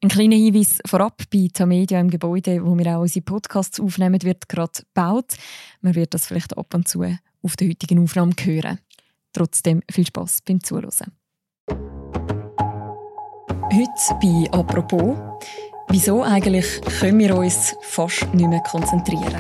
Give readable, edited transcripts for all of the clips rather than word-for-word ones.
Ein kleiner Hinweis vorab: bei Tamedia im Gebäude, wo wir auch unsere Podcasts aufnehmen, wird gerade gebaut. Man wird das vielleicht ab und zu auf der heutigen Aufnahme hören. Trotzdem viel Spass beim Zuhören. Heute bei «Apropos». Wieso eigentlich können wir uns fast nicht mehr konzentrieren?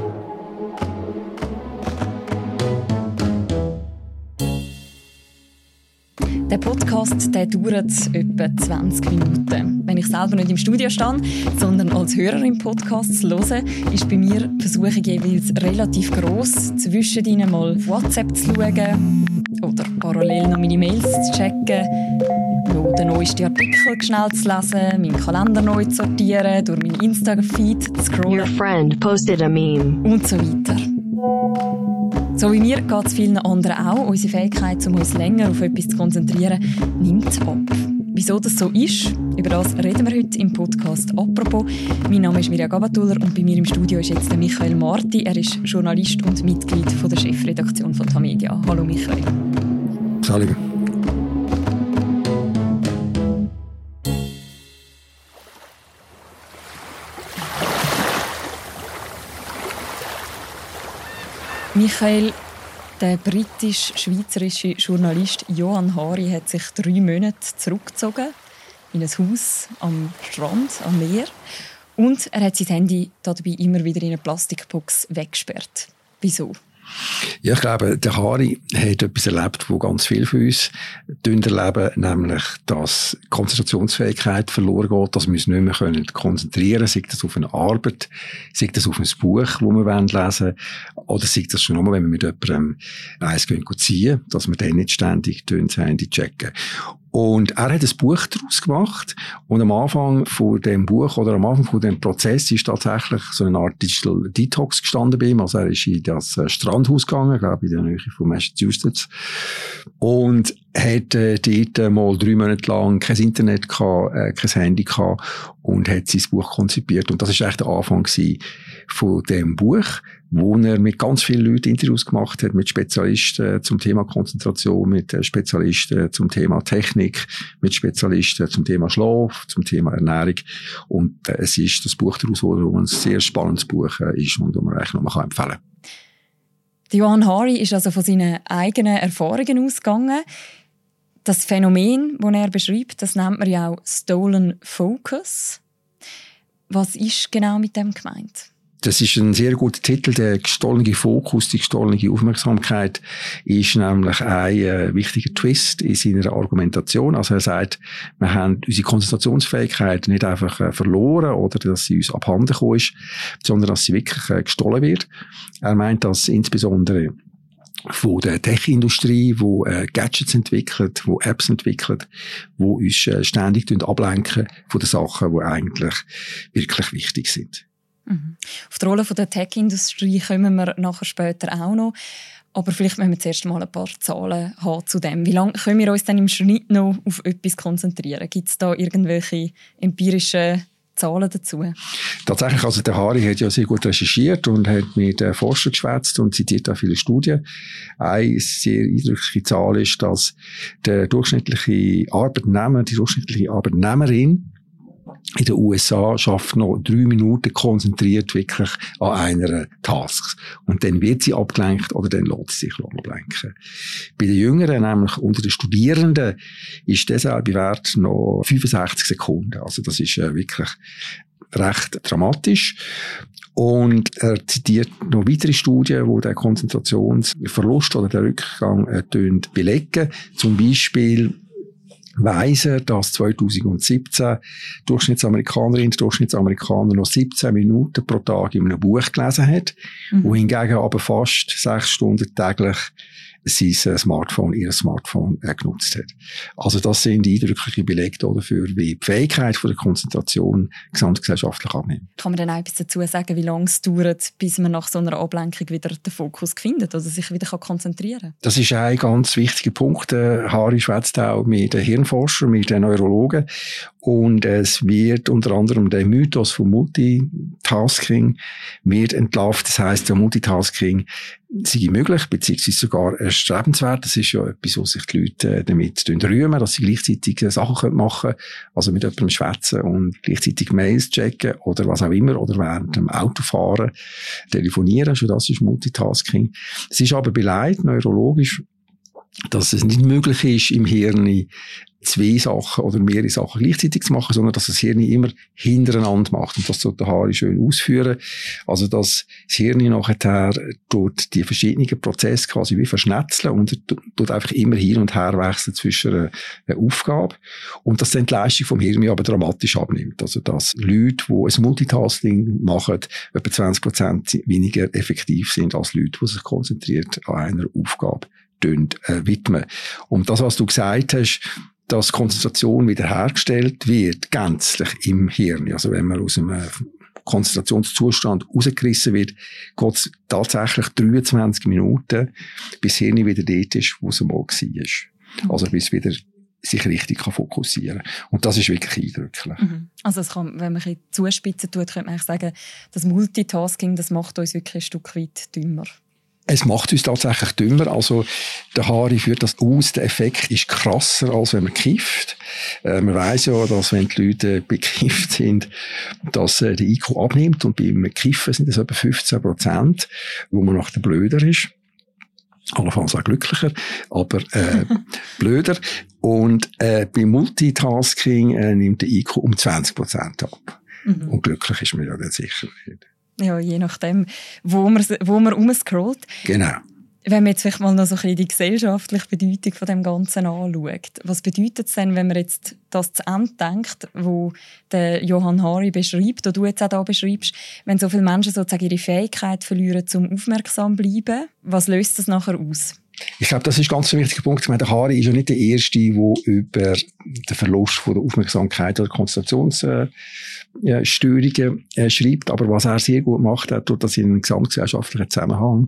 Der Podcast dauert etwa 20 Minuten. Wenn ich selber nicht im Studio stehe, sondern als Hörer im Podcast höre, ist bei mir die Versuchung jeweils relativ gross, zwischendrin mal auf WhatsApp zu schauen oder parallel noch meine Mails zu checken, noch den neuesten Artikel schnell zu lesen, meinen Kalender neu zu sortieren, durch meinen Instagram-Feed zu scrollen. Your friend posted a meme. Und so weiter. So wie mir geht es vielen anderen auch. Unsere Fähigkeit, um uns länger auf etwas zu konzentrieren, nimmt ab. Wieso das so ist, über das reden wir heute im Podcast «Apropos». Mein Name ist Mirja Gabatuller und bei mir im Studio ist jetzt der Michael Marti. Er ist Journalist und Mitglied von der Chefredaktion von Tamedia. Hallo Michael. Salut. Michael, der britisch-schweizerische Journalist Johann Hari hat sich 3 Monate zurückgezogen in ein Haus am Strand, am Meer. Und er hat sein Handy dabei immer wieder in eine Plastikbox weggesperrt. Wieso? Ja, ich glaube, der Hari hat etwas erlebt, das ganz viele von uns erleben, nämlich, dass die Konzentrationsfähigkeit verloren geht, dass wir uns nicht mehr konzentrieren können, sei das auf eine Arbeit, sei das auf ein Buch, das wir lesen wollen, oder sei das schon einmal, wenn wir mit jemandem eins ziehen, dass wir dann nicht ständig das Handy checken. Und er hat ein Buch daraus gemacht. Und am Anfang von dem Buch oder am Anfang von dem Prozess ist tatsächlich so eine Art Digital Detox gestanden bei ihm. Also er ist in das Strandhaus gegangen, glaube ich, in der Nähe von Massachusetts. Und hat dort mal 3 Monate lang kein Internet gehabt, kein Handy gehabt und hat sein Buch konzipiert. Und das ist echt der Anfang von dem Buch, wo er mit ganz vielen Leuten Interviews gemacht hat, mit Spezialisten zum Thema Konzentration, mit Spezialisten zum Thema Technik, mit Spezialisten zum Thema Schlaf, zum Thema Ernährung. Und es ist das Buch daraus, wo ein sehr spannendes Buch ist und das man eigentlich noch empfehlen kann. Johann Hari ist also von seinen eigenen Erfahrungen ausgegangen. Das Phänomen, das er beschreibt, das nennt man ja auch Stolen Focus. Was ist genau mit dem gemeint? Das ist ein sehr guter Titel. Der gestohlene Fokus, die gestohlene Aufmerksamkeit ist nämlich ein wichtiger Twist in seiner Argumentation. Also er sagt, wir haben unsere Konzentrationsfähigkeit nicht einfach verloren oder dass sie uns abhanden gekommen ist, sondern dass sie wirklich gestohlen wird. Er meint, dass insbesondere von der Tech-Industrie, wo Gadgets entwickelt, wo Apps entwickelt, wo uns ständig ablenken von den Sachen, die eigentlich wirklich wichtig sind. Auf die Rolle der Tech-Industrie kommen wir nachher später auch noch. Aber vielleicht müssen wir zuerst mal ein paar Zahlen haben zu dem. Wie lange können wir uns denn im Schnitt noch auf etwas konzentrieren? Gibt es da irgendwelche empirischen Zahlen dazu? Tatsächlich, also der Hari hat ja sehr gut recherchiert und hat mit Forschern geschwätzt und zitiert auch viele Studien. Eine sehr eindrückliche Zahl ist, dass der durchschnittliche Arbeitnehmer, die durchschnittliche Arbeitnehmerin in den USA schafft noch 3 Minuten konzentriert wirklich an einer Task. Und dann wird sie abgelenkt oder dann lässt sie sich ablenken. Bei den Jüngeren, nämlich unter den Studierenden, ist dieser Wert noch 65 Sekunden. Also das ist wirklich recht dramatisch. Und er zitiert noch weitere Studien, die den Konzentrationsverlust oder den Rückgang belegen. Zum Beispiel weiss er, dass 2017 Durchschnittsamerikanerin, Durchschnittsamerikaner noch 17 Minuten pro Tag in einem Buch gelesen hat, wohingegen aber fast 6 Stunden täglich ihr Smartphone genutzt hat. Also das sind eindrückliche Belege dafür, wie die Fähigkeit von der Konzentration gesamtgesellschaftlich abnimmt. Kann man dann auch etwas dazu sagen, wie lange es dauert, bis man nach so einer Ablenkung wieder den Fokus findet oder sich wieder konzentrieren kann? Das ist ein ganz wichtiger Punkt. Hari schwätzt auch mit den Hirnforscher, mit den Neurologen. Und es wird unter anderem der Mythos von Multitasking wird entlarvt. Das heisst, der Multitasking sei möglich, beziehungsweise sogar erstrebenswert. Das ist ja etwas, wo sich die Leute damit rühmen, dass sie gleichzeitig Sachen machen können. Also mit jemandem schwätzen und gleichzeitig Mails checken oder was auch immer. Oder während dem Autofahren telefonieren. Schon das ist Multitasking. Es ist aber beleidigt, neurologisch, dass es nicht möglich ist, im Hirn 2 Sachen oder mehrere Sachen gleichzeitig zu machen, sondern dass das Hirn immer hintereinander macht. Und das soll der Harry schön ausführen. Also, dass das Hirn nachher dort die verschiedenen Prozesse quasi wie verschnetzeln und dort einfach immer hin und her wechseln zwischen einer Aufgabe. Und dass dann die Leistung vom Hirn aber dramatisch abnimmt. Also, dass Leute, die ein Multitasking machen, etwa 20% weniger effektiv sind als Leute, die sich konzentriert an einer Aufgabe widmen. Und das, was du gesagt hast, dass Konzentration wiederhergestellt wird, gänzlich im Hirn. Also wenn man aus einem Konzentrationszustand rausgerissen wird, geht es tatsächlich 23 Minuten, bis das Hirn wieder dort ist, wo es einmal war. Also bis wieder sich richtig fokussieren kann. Und das ist wirklich eindrücklich. Also es kann, wenn man ein bisschen zuspitzen tut, könnte man eigentlich sagen, das Multitasking, das macht uns wirklich ein Stück weit dümmer. Es macht uns tatsächlich dümmer. Also, der Harry führt das aus. Der Effekt ist krasser, als wenn man kifft. Man weiss ja, dass wenn die Leute bekifft sind, dass der IQ abnimmt. Und beim Kiffen sind es etwa 15%, wo man nach der blöder ist. Allenfalls auch glücklicher, aber blöder. Und beim Multitasking nimmt der IQ um 20% ab. Und glücklich ist man ja dann sicher nicht. Ja, je nachdem, wo man rumscrollt. Genau. Wenn man jetzt vielleicht mal noch so ein bisschen die gesellschaftliche Bedeutung von dem Ganzen anschaut. Was bedeutet es denn, wenn man jetzt das zu Ende denkt, wo der Johann Hari beschreibt, oder du jetzt auch da beschreibst, wenn so viele Menschen sozusagen ihre Fähigkeit verlieren, zum aufmerksam zu bleiben? Was löst das nachher aus? Ich glaube, das ist ganz ein wichtiger Punkt. Ich meine, der Hari ist ja nicht der Erste, der über den Verlust von der Aufmerksamkeit oder Konzentrationsstörungen schreibt. Aber was er sehr gut macht, er tut das in einen gesamtgesellschaftlichen Zusammenhang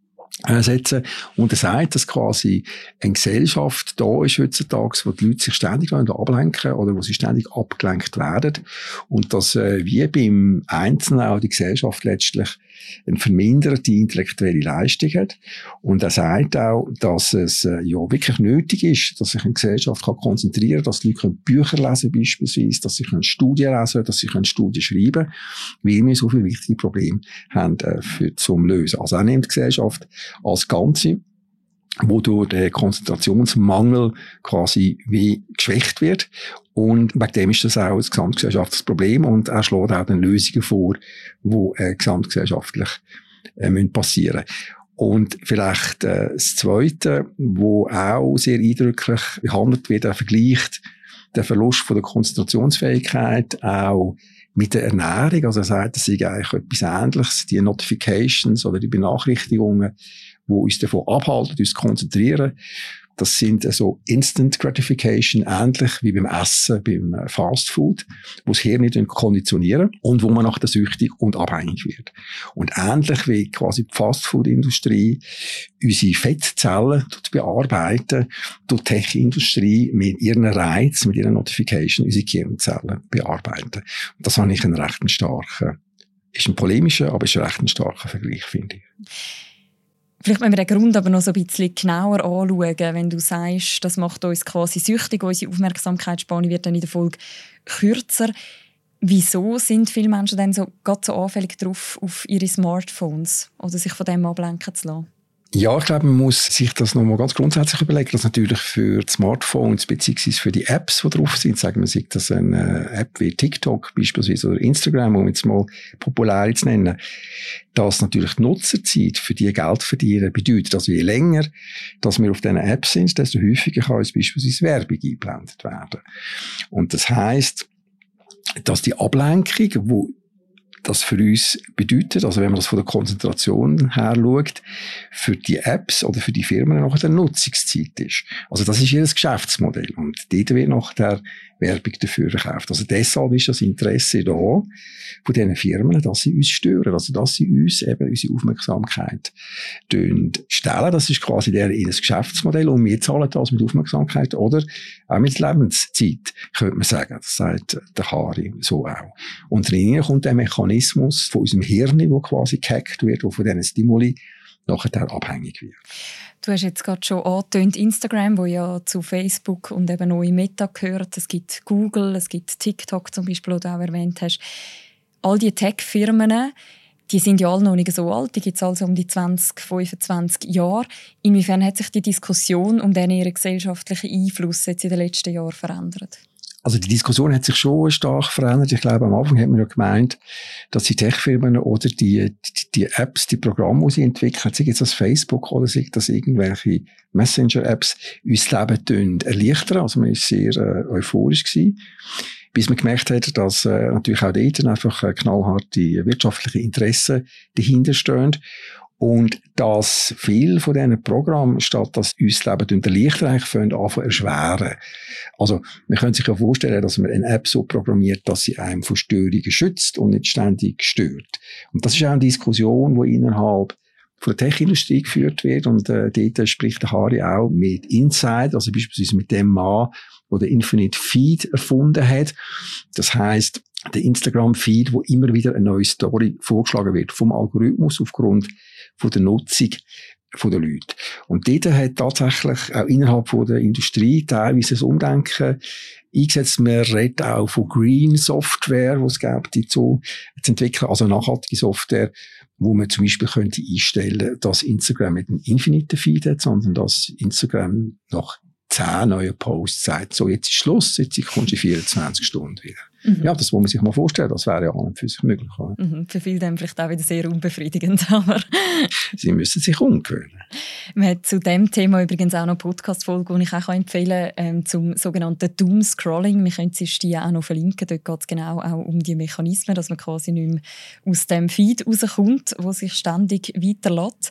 setzen. Und er sagt, dass quasi eine Gesellschaft da ist heutzutage, wo die Leute sich ständig ablenken oder wo sie ständig abgelenkt werden. Und dass wie beim Einzelnen auch die Gesellschaft letztlich eine verminderte intellektuelle Leistung hat. Und er sagt auch, dass es ja wirklich nötig ist, dass sich eine Gesellschaft kann konzentrieren kann, dass die Leute Bücher lesen beispielsweise, dass sie Studien lesen können, dass sie Studien schreiben können, weil wir so viele wichtige Probleme haben zum Lösen. Also er nimmt die Gesellschaft als Ganze, wo durch den Konzentrationsmangel quasi wie geschwächt wird. Und wegen dem ist das auch ein gesamtgesellschaftliches Problem. Und er schlägt auch dann Lösungen vor, die gesamtgesellschaftlich passieren müssen. Und vielleicht das Zweite, wo auch sehr eindrücklich behandelt wird, er vergleicht den Verlust von der Konzentrationsfähigkeit auch mit der Ernährung. Also er sagt, das ist eigentlich etwas Ähnliches. Die Notifications oder die Benachrichtigungen, die uns davon abhalten, uns zu konzentrieren. Das sind so Instant Gratification, ähnlich wie beim Essen, beim Fast Food, wo das Hirn nicht konditionieren und wo man nachher süchtig und abhängig wird. Und ähnlich wie quasi die Fast Food Industrie unsere Fettzellen bearbeiten, tut die Tech-Industrie mit ihren Reizen, mit ihren Notification unsere Gehirnzellen bearbeiten. Und das habe ich einen recht starken, ist ein polemischer, aber ist ein recht starker Vergleich, finde ich. Vielleicht müssen wir den Grund aber noch so ein bisschen genauer anschauen, wenn du sagst, das macht uns quasi süchtig, unsere Aufmerksamkeitsspanne wird dann in der Folge kürzer. Wieso sind viele Menschen dann gerade so anfällig drauf auf ihre Smartphones oder sich von dem ablenken zu lassen? Ja, ich glaube, man muss sich das nochmal ganz grundsätzlich überlegen, dass natürlich für die Smartphones beziehungsweise für die Apps, die drauf sind, sagen wir sich, dass eine App wie TikTok beispielsweise oder Instagram, um jetzt mal populär zu nennen, dass natürlich die Nutzerzeit für die Geld verdienen bedeutet, dass je länger, dass wir auf diesen Apps sind, desto häufiger kann uns beispielsweise Werbung eingeblendet werden. Und das heisst, dass die Ablenkung, wo das für uns bedeutet, also wenn man das von der Konzentration her schaut, für die Apps oder für die Firmen nachher der Nutzungszeit ist. Also das ist ihr Geschäftsmodell und dort wird nachher Werbung dafür verkauft. Also deshalb ist das Interesse da von diesen Firmen, dass sie uns stören, also dass sie uns eben unsere Aufmerksamkeit stellen. Das ist quasi ihr Geschäftsmodell und wir zahlen das mit Aufmerksamkeit oder auch mit Lebenszeit, könnte man sagen. Das sagt der Hari so auch. Und drin kommt der Mechanismus von unserem Hirn, der quasi gehackt wird, der von diesen Stimuli nachher abhängig wird. Du hast jetzt gerade schon angetönt, Instagram, wo ja zu Facebook und eben auch in Meta gehört. Es gibt Google, es gibt TikTok zum Beispiel, den du auch erwähnt hast. All die Tech-Firmen, die sind ja alle noch nicht so alt, die gibt es also um die 20, 25 Jahre. Inwiefern hat sich die Diskussion um ihren gesellschaftlichen Einfluss jetzt in den letzten Jahren verändert? Also die Diskussion hat sich schon stark verändert. Ich glaube, am Anfang hat man ja gemeint, dass die Tech-Firmen oder die Apps, die Programme, die sie entwickeln, sei das Facebook oder sei das irgendwelche Messenger-Apps, uns das Leben erleichtern. Also man war sehr euphorisch gewesen. Bis man gemerkt hat, dass natürlich auch dort einfach knallharte wirtschaftliche Interessen dahinter stehen. Und dass viel von diesen Programmen, statt dass uns das Leben erleichtern, eigentlich anfangen erschweren. Also, man könnte sich ja vorstellen, dass man eine App so programmiert, dass sie einem von Störungen schützt und nicht ständig stört. Und das ist auch eine Diskussion, die innerhalb von der Tech-Industrie geführt wird. Und dort spricht der Hari auch mit Insight, also beispielsweise mit dem Mann, der den Infinite Feed erfunden hat. Das heisst, der Instagram-Feed, wo immer wieder eine neue Story vorgeschlagen wird vom Algorithmus aufgrund von der Nutzung der Leute. Und dort hat tatsächlich auch innerhalb von der Industrie teilweise ein Umdenken eingesetzt. Man redet auch von Green Software, die es gibt, zu entwickeln, also nachhaltige Software, wo man zum Beispiel könnte einstellen, dass Instagram nicht einen Infinite Feed hat, sondern dass Instagram nach 10 neue Posts sagt, so, jetzt ist Schluss, jetzt kommst du in 24 Stunden wieder. Mhm. Ja, das muss man sich mal vorstellen, das wäre ja an und für sich möglich. Mhm. Für viele dann vielleicht auch wieder sehr unbefriedigend, aber sie müssen sich umgewöhnen. Man hat zu diesem Thema übrigens auch noch eine Podcast-Folge, die ich auch empfehlen kann, zum sogenannten Doom-Scrolling. Wir können die auch noch verlinken. Dort geht es genau auch um die Mechanismen, dass man quasi nicht mehr aus dem Feed rauskommt, der sich ständig weiterlässt.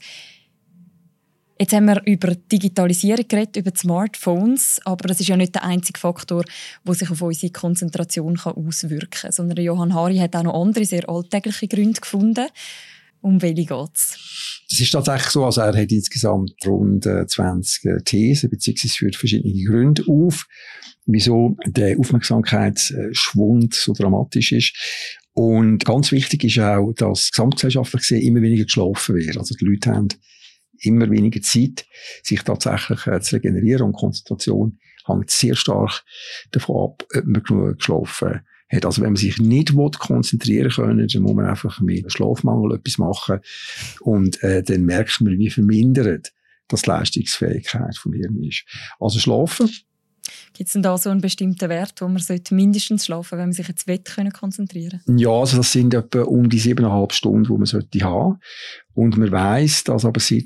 Jetzt haben wir über Digitalisierung geredet, über die Smartphones, aber das ist ja nicht der einzige Faktor, der sich auf unsere Konzentration auswirken kann. Sondern Johann Hari hat auch noch andere, sehr alltägliche Gründe gefunden. Um welche geht es? Das ist tatsächlich so, also er hat insgesamt rund 20 Thesen bzw. führt verschiedene Gründe auf, wieso der Aufmerksamkeitsschwund so dramatisch ist. Und ganz wichtig ist auch, dass gesamtgesellschaftlich gesehen immer weniger geschlafen wird. Also die Leute haben immer weniger Zeit, sich tatsächlich zu regenerieren, und Konzentration hängt sehr stark davon ab, ob man genug geschlafen hat. Also wenn man sich nicht konzentrieren können, dann muss man einfach mit Schlafmangel etwas machen und dann merkt man, wie vermindert das die Leistungsfähigkeit vom Hirn ist. Also schlafen. Gibt es denn da so einen bestimmten Wert, wo man mindestens schlafen sollte, wenn man sich ins Bett konzentrieren kann? Ja, also das sind etwa um die 7,5 Stunden, die man sollte haben. Und man weiss, dass aber seit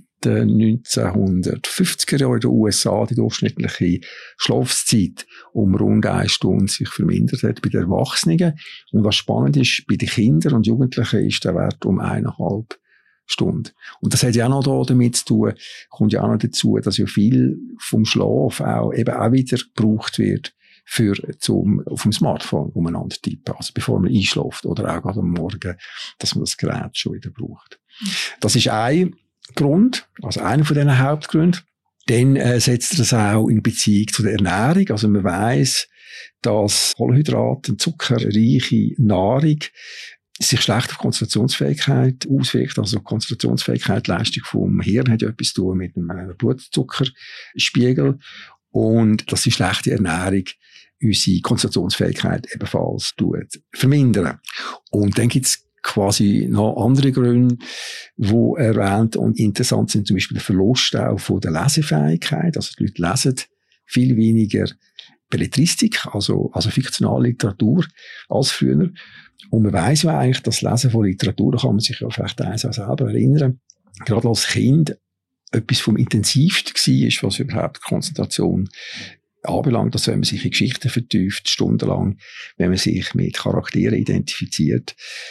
1950er Jahren in den USA die durchschnittliche Schlafzeit um rund 1 Stunde sich vermindert hat bei den Erwachsenen. Und was spannend ist, bei den Kindern und Jugendlichen ist der Wert um 1,5 Stunden. Und das hat ja auch noch damit zu tun, kommt ja auch noch dazu, dass ja viel vom Schlaf auch wieder gebraucht wird auf dem Smartphone umeinander tippen. Also bevor man einschläft oder auch gerade am Morgen, dass man das Gerät schon wieder braucht. Das ist ein Grund, also einer von diesen Hauptgründen. Dann setzt das auch in Beziehung zu der Ernährung. Also man weiss, dass Kohlenhydrate, zuckerreiche Nahrung sich schlecht auf Konzentrationsfähigkeit auswirkt. Also Konzentrationsfähigkeit, Leistung vom Hirn hat ja etwas zu tun mit einem Blutzuckerspiegel. Und dass die schlechte Ernährung unsere Konzentrationsfähigkeit ebenfalls vermindern. Und dann gibt's quasi noch andere Gründe, die erwähnt und interessant sind, zum Beispiel der Verlust auch von der Lesefähigkeit. Also die Leute lesen viel weniger Belletristik, also fiktionale Literatur als früher. Und man weiss ja eigentlich, das Lesen von Literatur, da kann man sich ja vielleicht auch selber erinnern, gerade als Kind etwas vom Intensivsten war, was überhaupt Konzentration anbelangt. Also wenn man sich in Geschichten vertieft, stundenlang, wenn man sich mit Charakteren identifiziert,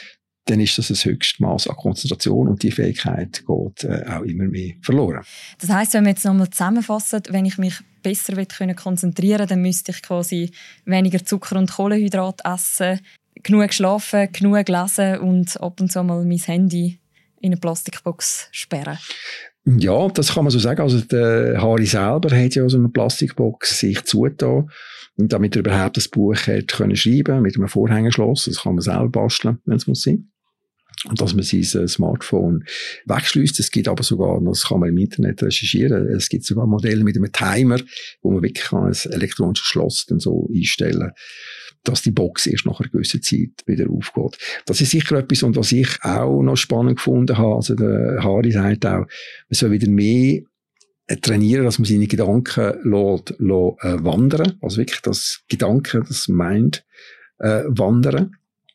dann ist das ein höchstes Maß an Konzentration und die Fähigkeit geht auch immer mehr verloren. Das heisst, wenn wir jetzt nochmal zusammenfassen, wenn ich mich besser konzentrieren will, dann müsste ich quasi weniger Zucker und Kohlenhydrat essen, genug schlafen, genug lesen und ab und zu mal mein Handy in eine Plastikbox sperren. Ja, das kann man so sagen. Also der Harry selber hat ja so eine Plastikbox sich zugetan, und damit er überhaupt das Buch hat können schreiben mit einem Vorhängeschloss. Das kann man selber basteln, wenn es muss sein. Und dass man sein Smartphone wegschliesst. Es gibt aber sogar, das kann man im Internet recherchieren, es gibt sogar Modelle mit einem Timer, wo man wirklich ein elektronisches Schloss dann so einstellen kann, dass die Box erst nach einer gewissen Zeit wieder aufgeht. Das ist sicher etwas, und was ich auch noch spannend gefunden habe, also der Harry sagt auch, man soll wieder mehr trainieren, dass man seine Gedanken lässt wandern, also wirklich das Gedanken, das Mind wandern.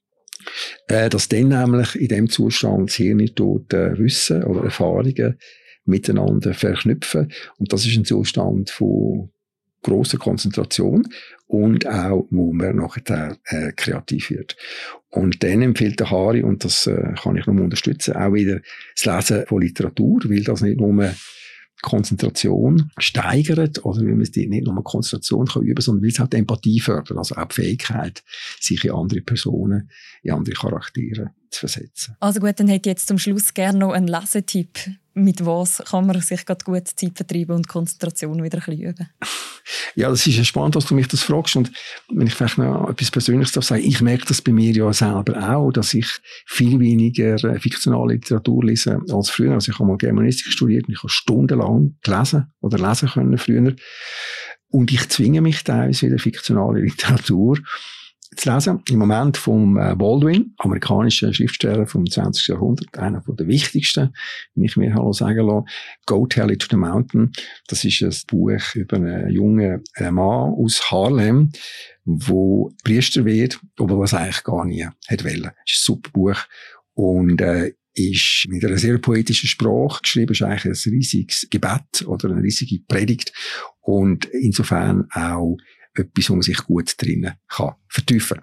Dass dann nämlich in dem Zustand das Hirn dort Wissen oder Erfahrungen miteinander verknüpfen. Und das ist ein Zustand von grosser Konzentration und auch, wo man nachher kreativ wird. Und dann empfiehlt der Harry, und das kann ich noch unterstützen, auch wieder das Lesen von Literatur, weil das nicht nur Konzentration steigert, oder weil man nicht nur Konzentration kann üben, sondern weil es auch die Empathie fördert, also auch die Fähigkeit, sich in andere Personen, in andere Charaktere zu versetzen. Also gut, dann hätte ich jetzt zum Schluss gerne noch einen Lesetipp. Mit was kann man sich gerade gut Zeit vertreiben und Konzentration wieder ein bisschen üben? Ja, das ist ja spannend, dass du mich das fragst. Und wenn ich vielleicht noch etwas Persönliches darf sagen, ich merke das bei mir ja selber auch, dass ich viel weniger fiktionale Literatur lese als früher. Also ich habe mal Germanistik studiert und ich habe stundenlang gelesen oder lesen können früher. Und ich zwinge mich teilweise wieder fiktionale Literatur zu lesen. Im Moment vom Baldwin, amerikanischer Schriftsteller vom 20. Jahrhundert, einer der wichtigsten, wenn ich mir sagen lasse, Go Tell It to the Mountain. Das ist ein Buch über einen jungen Mann aus Harlem, der Priester wird, aber was eigentlich gar nie hat wollen. Das ist ein super Buch und ist mit einer sehr poetischen Sprache geschrieben, ist eigentlich ein riesiges Gebet oder eine riesige Predigt und insofern auch etwas, wo man sich gut drinnen kann vertiefen.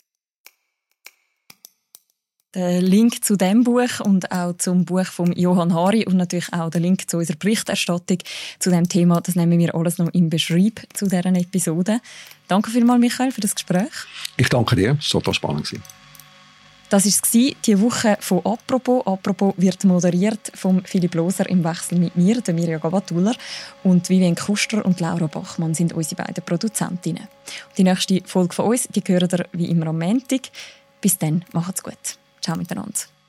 Den Link zu diesem Buch und auch zum Buch von Johann Hari und natürlich auch den Link zu unserer Berichterstattung zu diesem Thema, das nehmen wir alles noch im Beschreib zu dieser Episode. Danke vielmals, Michael, für das Gespräch. Ich danke dir, es war total spannend. Das war es, diese Woche von «Apropos». «Apropos» wird moderiert von Philipp Loser im Wechsel mit mir, der Mirja Gabatuller. Und Vivian Kuster und Laura Bachmann sind unsere beiden Produzentinnen. Und die nächste Folge von uns, die hören ihr wie immer am Montag. Bis dann, macht's gut. Ciao miteinander.